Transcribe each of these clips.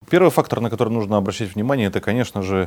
Первый фактор, на который нужно обращать внимание, это, конечно же,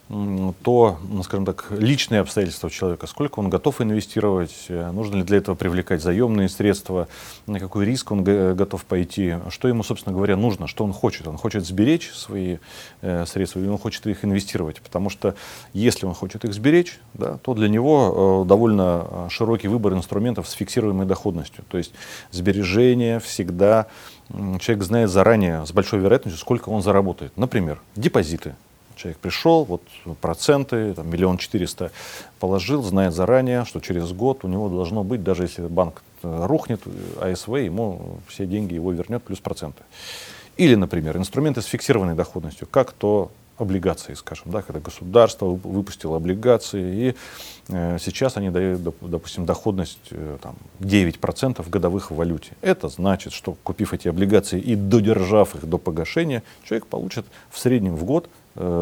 то, скажем так, личные обстоятельства человека, сколько он готов инвестировать, нужно ли для этого привлекать заемные средства, на какой риск он готов пойти, что ему, собственно говоря, нужно, что он хочет. Он хочет сберечь свои средства или он хочет их инвестировать, потому что если он хочет их сберечь, да, то для него довольно широкий выбор инструментов с фиксируемой доходностью. То есть сбережения всегда человек знает заранее, с большой вероятностью, сколько он заработает. Например, депозиты. Человек пришел, вот проценты, там, 1 400 000 положил, знает заранее, что через год у него должно быть, даже если банк рухнет, АСВ ему все деньги его вернет, плюс проценты. Или, например, инструменты с фиксированной доходностью, как то облигации, скажем, да, когда государство выпустило облигации, и сейчас они дают, допустим, доходность там, 9% годовых в валюте. Это значит, что купив эти облигации и додержав их до погашения, человек получит в среднем в год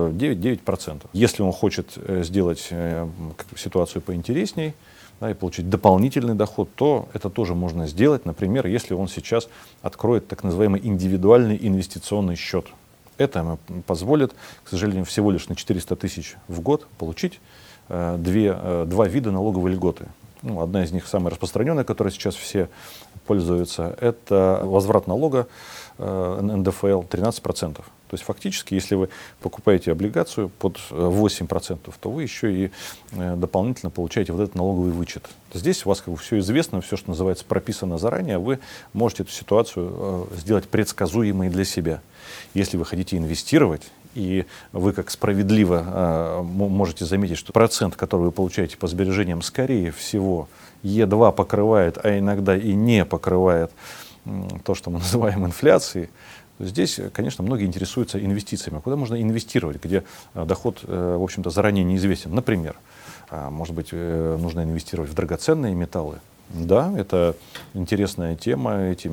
9%. Если он хочет сделать ситуацию поинтересней, да, и получить дополнительный доход, то это тоже можно сделать, например, если он сейчас откроет так называемый индивидуальный инвестиционный счет. Это ему позволит, к сожалению, всего лишь на 400 000 в год получить два вида налоговой льготы. Ну, одна из них самая распространенная, которой сейчас все пользуются, это возврат налога НДФЛ 13%. То есть фактически, если вы покупаете облигацию под 8%, то вы еще и дополнительно получаете вот этот налоговый вычет. Здесь у вас как бы все известно, все, что называется, прописано заранее, вы можете эту ситуацию сделать предсказуемой для себя. Если вы хотите инвестировать, и вы как справедливо можете заметить, что процент, который вы получаете по сбережениям, скорее всего, Е2 покрывает, а иногда и не покрывает то, что мы называем инфляцией, здесь, конечно, многие интересуются инвестициями. Куда можно инвестировать, где доход, в общем-то, заранее неизвестен? Например, может быть, нужно инвестировать в драгоценные металлы. Да, это интересная тема,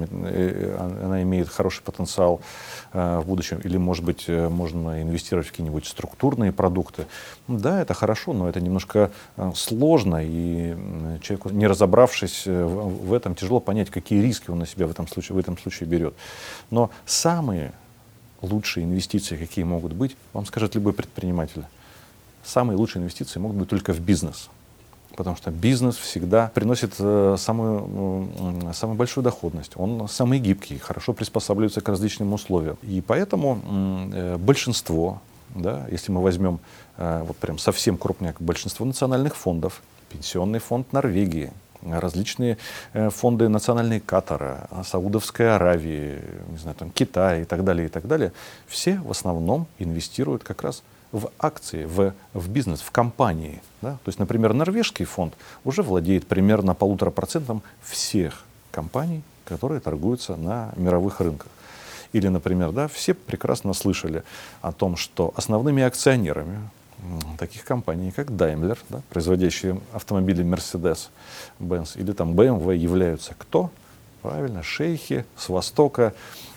она имеет хороший потенциал в будущем. Или, может быть, можно инвестировать в какие-нибудь структурные продукты. Да, это хорошо, но это немножко сложно, и человеку, не разобравшись в этом, тяжело понять, какие риски он на себя в этом случае берет. Но самые лучшие инвестиции, какие могут быть, вам скажет любой предприниматель. Самые лучшие инвестиции могут быть только в бизнес. Потому что бизнес всегда приносит самую большую доходность. Он самый гибкий, хорошо приспосабливается к различным условиям. И поэтому большинство, да, если мы возьмем вот прям совсем крупное большинство национальных фондов, Пенсионный фонд Норвегии, различные фонды национальные Катара, Саудовской Аравии, не знаю, там, Китая и так далее, все в основном инвестируют как раз в акции, в бизнес, в компании. Да? То есть, например, норвежский фонд уже владеет примерно 1,5% всех компаний, которые торгуются на мировых рынках. Или, например, да, все прекрасно слышали о том, что основными акционерами таких компаний, как Daimler, да, производящие автомобили Mercedes-Benz или там BMW, являются кто? Правильно, шейхи с Востока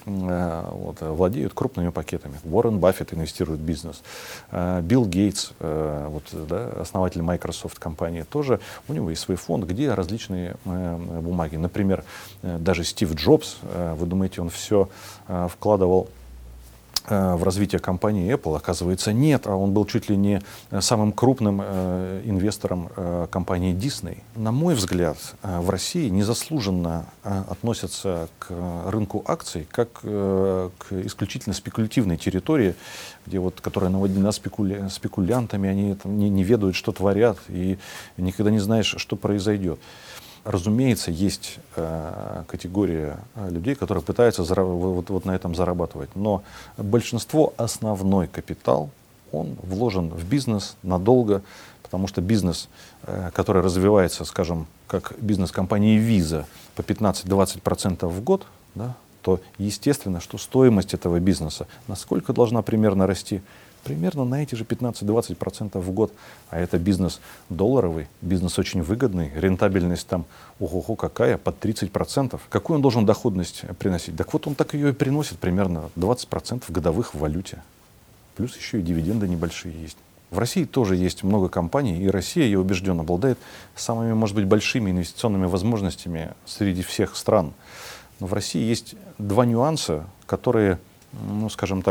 владеют крупными пакетами. Уоррен Баффет инвестирует в бизнес. Билл Гейтс, основатель Microsoft компании, тоже у него есть свой фонд, где различные бумаги. Например, даже Стив Джобс, вы думаете, он все вкладывал в развитие компании Apple? Оказывается, нет. А он был чуть ли не самым крупным инвестором компании Disney. На мой взгляд, в России незаслуженно относятся к рынку акций как к исключительно спекулятивной территории, где которая наводнена спекулянтами, они не ведают, что творят, и никогда не знаешь, что произойдет. Разумеется, есть категория людей, которые пытаются на этом зарабатывать. Но большинство, основной капитал, он вложен в бизнес надолго, потому что бизнес, который развивается, скажем, как бизнес компании Visa по 15-20% в год, да, то естественно, что стоимость этого бизнеса насколько должна примерно расти? Примерно на эти же 15-20% в год. А это бизнес долларовый, бизнес очень выгодный, рентабельность там, ого-го какая, под 30%. Какую он должен доходность приносить? Так вот он так ее и приносит, примерно 20% годовых в валюте. Плюс еще и дивиденды небольшие есть. В России тоже есть много компаний, и Россия, я убежден, обладает самыми, может быть, большими инвестиционными возможностями среди всех стран. Но в России есть два нюанса, которые, скажем так,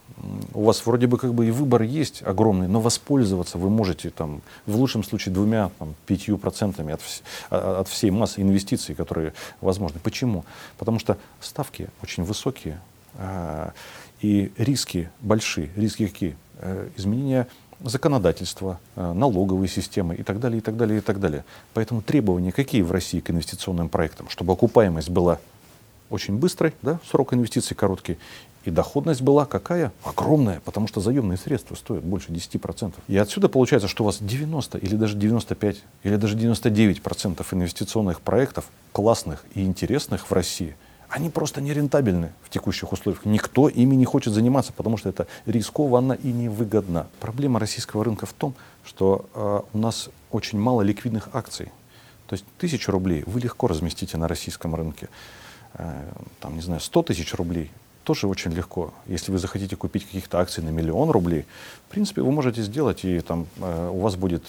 у вас вроде бы как бы и выбор есть огромный, но воспользоваться вы можете там, в лучшем случае 2-5% от всей массы инвестиций, которые возможны. Почему? Потому что ставки очень высокие и риски большие. Риски какие? Изменения законодательства, налоговой системы и так далее, и так далее, и так далее. Поэтому требования какие в России к инвестиционным проектам? Чтобы окупаемость была очень быстрой, да, срок инвестиций короткий, и доходность была какая? Огромная, потому что заемные средства стоят больше 10%. И отсюда получается, что у вас 90 или даже 95 или даже 99% инвестиционных проектов классных и интересных в России, они просто нерентабельны в текущих условиях. Никто ими не хочет заниматься, потому что это рискованно и невыгодно. Проблема российского рынка в том, что у нас очень мало ликвидных акций. То есть 1000 рублей вы легко разместите на российском рынке. Там, не знаю, 100 тысяч рублей тоже очень легко. Если вы захотите купить каких-то акций на 1 000 000 рублей, в принципе, вы можете сделать, и там у вас будет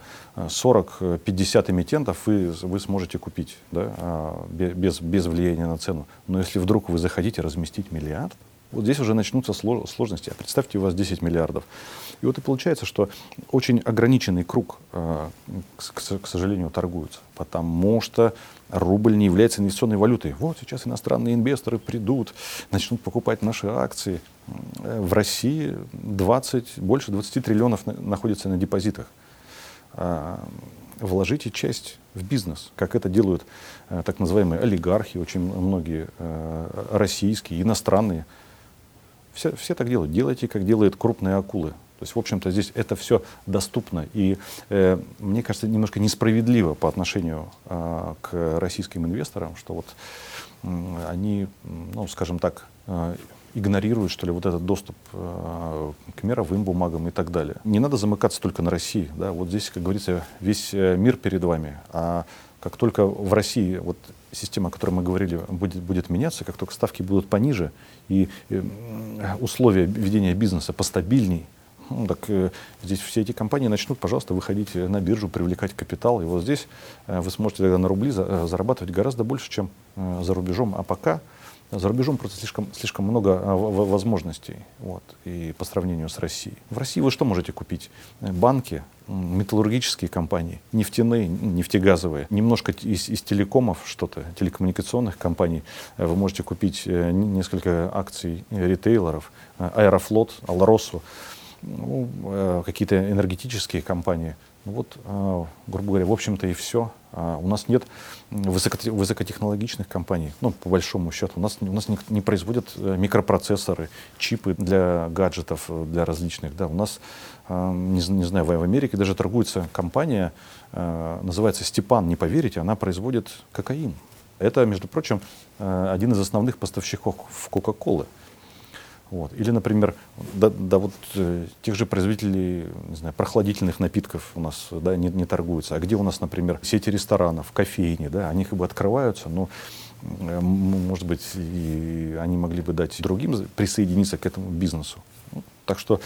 40-50 эмитентов, вы сможете купить, да, без влияния на цену. Но если вдруг вы захотите разместить миллиард, вот здесь уже начнутся сложности. А представьте, у вас 10 миллиардов. И вот и получается, что очень ограниченный круг, к сожалению, торгуются. Потому что рубль не является инвестиционной валютой. Вот сейчас иностранные инвесторы придут, начнут покупать наши акции. В России больше 20 триллионов находится на депозитах. Вложите часть в бизнес, как это делают так называемые олигархи, очень многие российские, иностранные. Все так делают. Делайте, как делают крупные акулы. То есть, в общем-то, здесь это все доступно. И мне кажется, немножко несправедливо по отношению к российским инвесторам, что вот они, ну, скажем так, игнорируют, что ли, вот этот доступ к мировым бумагам и так далее. Не надо замыкаться только на России. Да? Вот здесь, как говорится, весь мир перед вами. А как только в России вот система, о которой мы говорили, будет меняться, как только ставки будут пониже и условия ведения бизнеса постабильней, ну, так здесь все эти компании начнут, пожалуйста, выходить на биржу, привлекать капитал. И вот здесь вы сможете тогда на рубли зарабатывать гораздо больше, чем за рубежом. А пока за рубежом просто слишком много возможностей, вот, и по сравнению с Россией. В России вы что можете купить? Банки, металлургические компании, нефтяные, нефтегазовые, немножко из телекомов что-то, телекоммуникационных компаний. Вы можете купить несколько акций ритейлеров, Аэрофлот, Алросу, какие-то энергетические компании. Вот, грубо говоря, в общем-то и все. У нас нет высокотехнологичных компаний, ну, по большому счету. У нас не производят микропроцессоры, чипы для гаджетов, для различных. Да. У нас, не знаю, в Америке даже торгуется компания, называется Степан, не поверите, она производит кокаин. Это, между прочим, один из основных поставщиков в Кока-Колы. Вот. Или, например, вот тех же производителей, не знаю, прохладительных напитков у нас, да, не торгуются. А где у нас, например, сети ресторанов, кофейни, да, они как бы открываются, но, может быть, и они могли бы дать другим присоединиться к этому бизнесу. Так что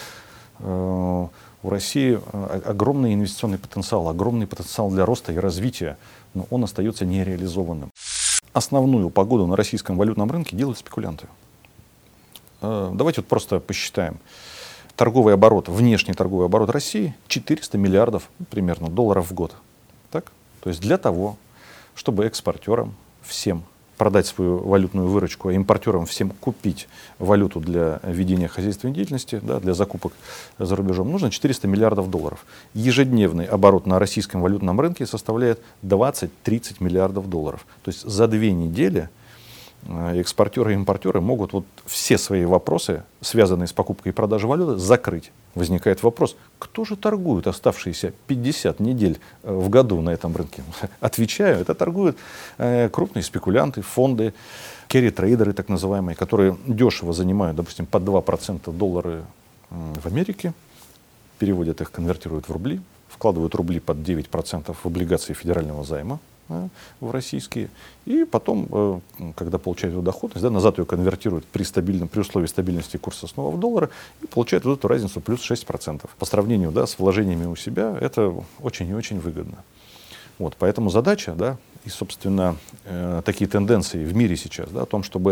у России огромный инвестиционный потенциал, огромный потенциал для роста и развития, но он остается нереализованным. Основную погоду на российском валютном рынке делают спекулянты. Давайте вот просто посчитаем. Торговый оборот, внешний торговый оборот России 400 миллиардов примерно долларов в год. Так? То есть для того, чтобы экспортерам всем продать свою валютную выручку, а импортерам всем купить валюту для ведения хозяйственной деятельности, да, для закупок за рубежом, нужно 400 миллиардов долларов. Ежедневный оборот на российском валютном рынке составляет 20-30 миллиардов долларов. То есть за 2 недели экспортеры и импортеры могут вот все свои вопросы, связанные с покупкой и продажей валюты, закрыть. Возникает вопрос, кто же торгует оставшиеся 50 недель в году на этом рынке? Отвечаю, это торгуют крупные спекулянты, фонды, керри-трейдеры так называемые, которые дешево занимают, допустим, по 2% доллары в Америке, переводят их, конвертируют в рубли, вкладывают рубли под 9% в облигации федерального займа, в российские, и потом, когда получают эту доходность, да, назад ее конвертируют при условии стабильности курса снова в доллары и получают вот эту разницу плюс 6%. По сравнению, да, с вложениями у себя это очень и очень выгодно. Вот, поэтому задача, да, и, собственно, такие тенденции в мире сейчас, да, о том, чтобы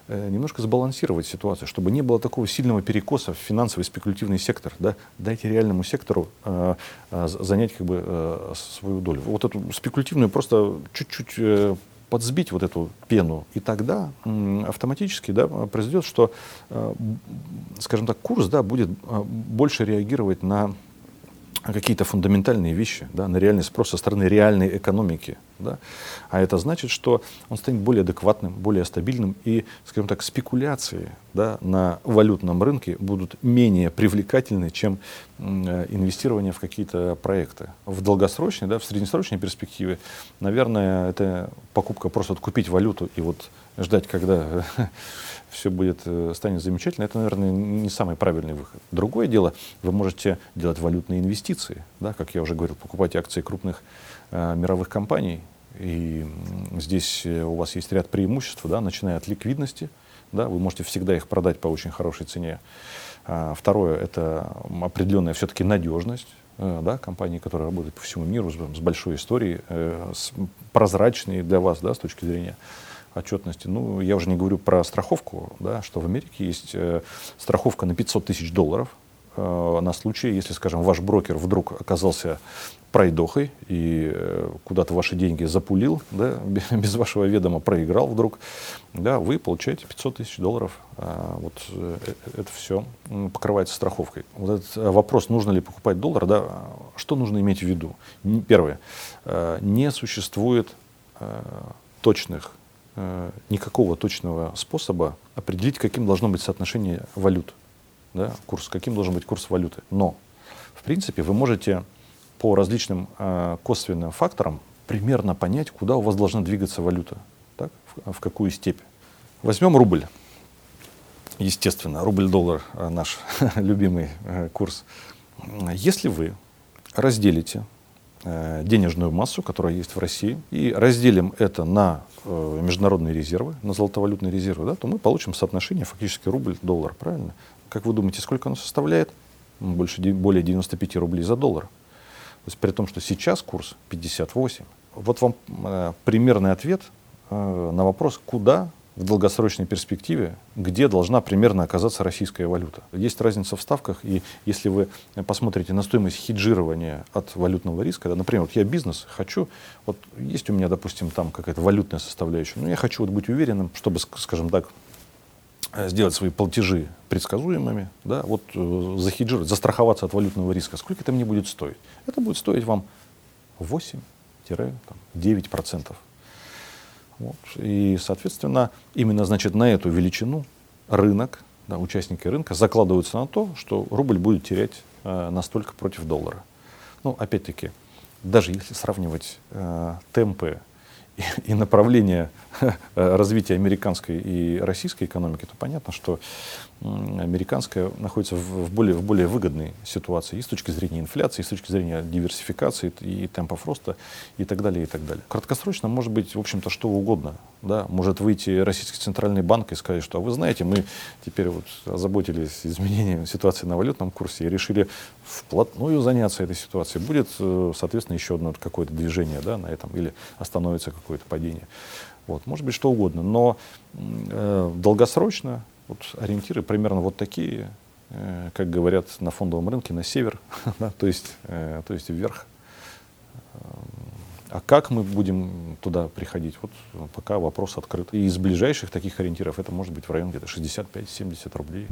немножко сбалансировать ситуацию, чтобы не было такого сильного перекоса в финансовый спекулятивный сектор. Да? Дайте реальному сектору занять как бы, свою долю. Вот эту спекулятивную просто чуть-чуть подсбить вот эту пену, и тогда автоматически, да, произойдет, что, скажем так, курс, да, будет больше реагировать на какие-то фундаментальные вещи, да, на реальный спрос со стороны реальной экономики. Да. А это значит, что он станет более адекватным, более стабильным, и, скажем так, спекуляции, да, на валютном рынке будут менее привлекательны, чем инвестирование в какие-то проекты. В долгосрочной, да, в среднесрочной перспективе, наверное, это покупка просто купить валюту и вот ждать, когда все станет замечательно, это, наверное, не самый правильный выход. Другое дело, вы можете делать валютные инвестиции, да, как я уже говорил, покупать акции крупных мировых компаний, и здесь у вас есть ряд преимуществ, да, начиная от ликвидности, да, вы можете всегда их продать по очень хорошей цене. Второе, это определенная все-таки надежность, да, компании, которые работают по всему миру, с большой историей, прозрачные для вас, да, с точки зрения отчетности. Ну, я уже не говорю про страховку, да, что в Америке есть страховка на $500 тысяч на случай, если, скажем, ваш брокер вдруг оказался пройдохой и куда-то ваши деньги запулил, да, без вашего ведома проиграл вдруг, да, вы получаете $500 тысяч. Вот это все покрывается страховкой. Вот этот вопрос, нужно ли покупать доллар, да, что нужно иметь в виду? Первое. Не существует никакого точного способа определить, каким должно быть соотношение валют, да, каким должен быть курс валюты. Но, в принципе, вы можете по различным косвенным факторам примерно понять, куда у вас должна двигаться валюта, так, в какую степь. Возьмем рубль. Естественно, рубль-доллар наш любимый курс. Если вы разделите денежную массу, которая есть в России, и разделим это на международные резервы, на золотовалютные резервы, да, то мы получим соотношение фактически рубль-доллар, правильно? Как вы думаете, сколько оно составляет? Более 95 рублей за доллар. То есть при том, что сейчас курс 58. Вот вам примерный ответ на вопрос, куда в долгосрочной перспективе, где должна примерно оказаться российская валюта. Есть разница в ставках, и если вы посмотрите на стоимость хеджирования от валютного риска, да, например, вот я бизнес хочу, вот есть у меня, допустим, там какая-то валютная составляющая, но я хочу вот быть уверенным, чтобы, скажем так, сделать свои платежи предсказуемыми, да, вот захеджировать, застраховаться от валютного риска. Сколько это мне будет стоить? Это будет стоить вам 8-9%. Вот. И, соответственно, именно, значит, на эту величину рынок, да, участники рынка закладываются на то, что рубль будет терять настолько против доллара. Ну, опять-таки, даже если сравнивать темпы и направление развития американской и российской экономики, то понятно, что американская находится в более выгодной ситуации и с точки зрения инфляции, и с точки зрения диверсификации и темпов роста и так далее, и так далее. Краткосрочно может быть, в общем-то, что угодно. Да? Может выйти Российский центральный банк и сказать, что, а вы знаете, мы теперь вот озаботились изменением ситуации на валютном курсе и решили вплотную заняться этой ситуацией. Будет, соответственно, еще одно какое-то движение, да, на этом, или остановится какое-то падение. Вот, может быть, что угодно. Но долгосрочно вот, ориентиры примерно вот такие, как говорят на фондовом рынке, на север, да, то есть вверх. А как мы будем туда приходить? Вот пока вопрос открыт. И из ближайших таких ориентиров это может быть в районе где-то 65-70 рублей.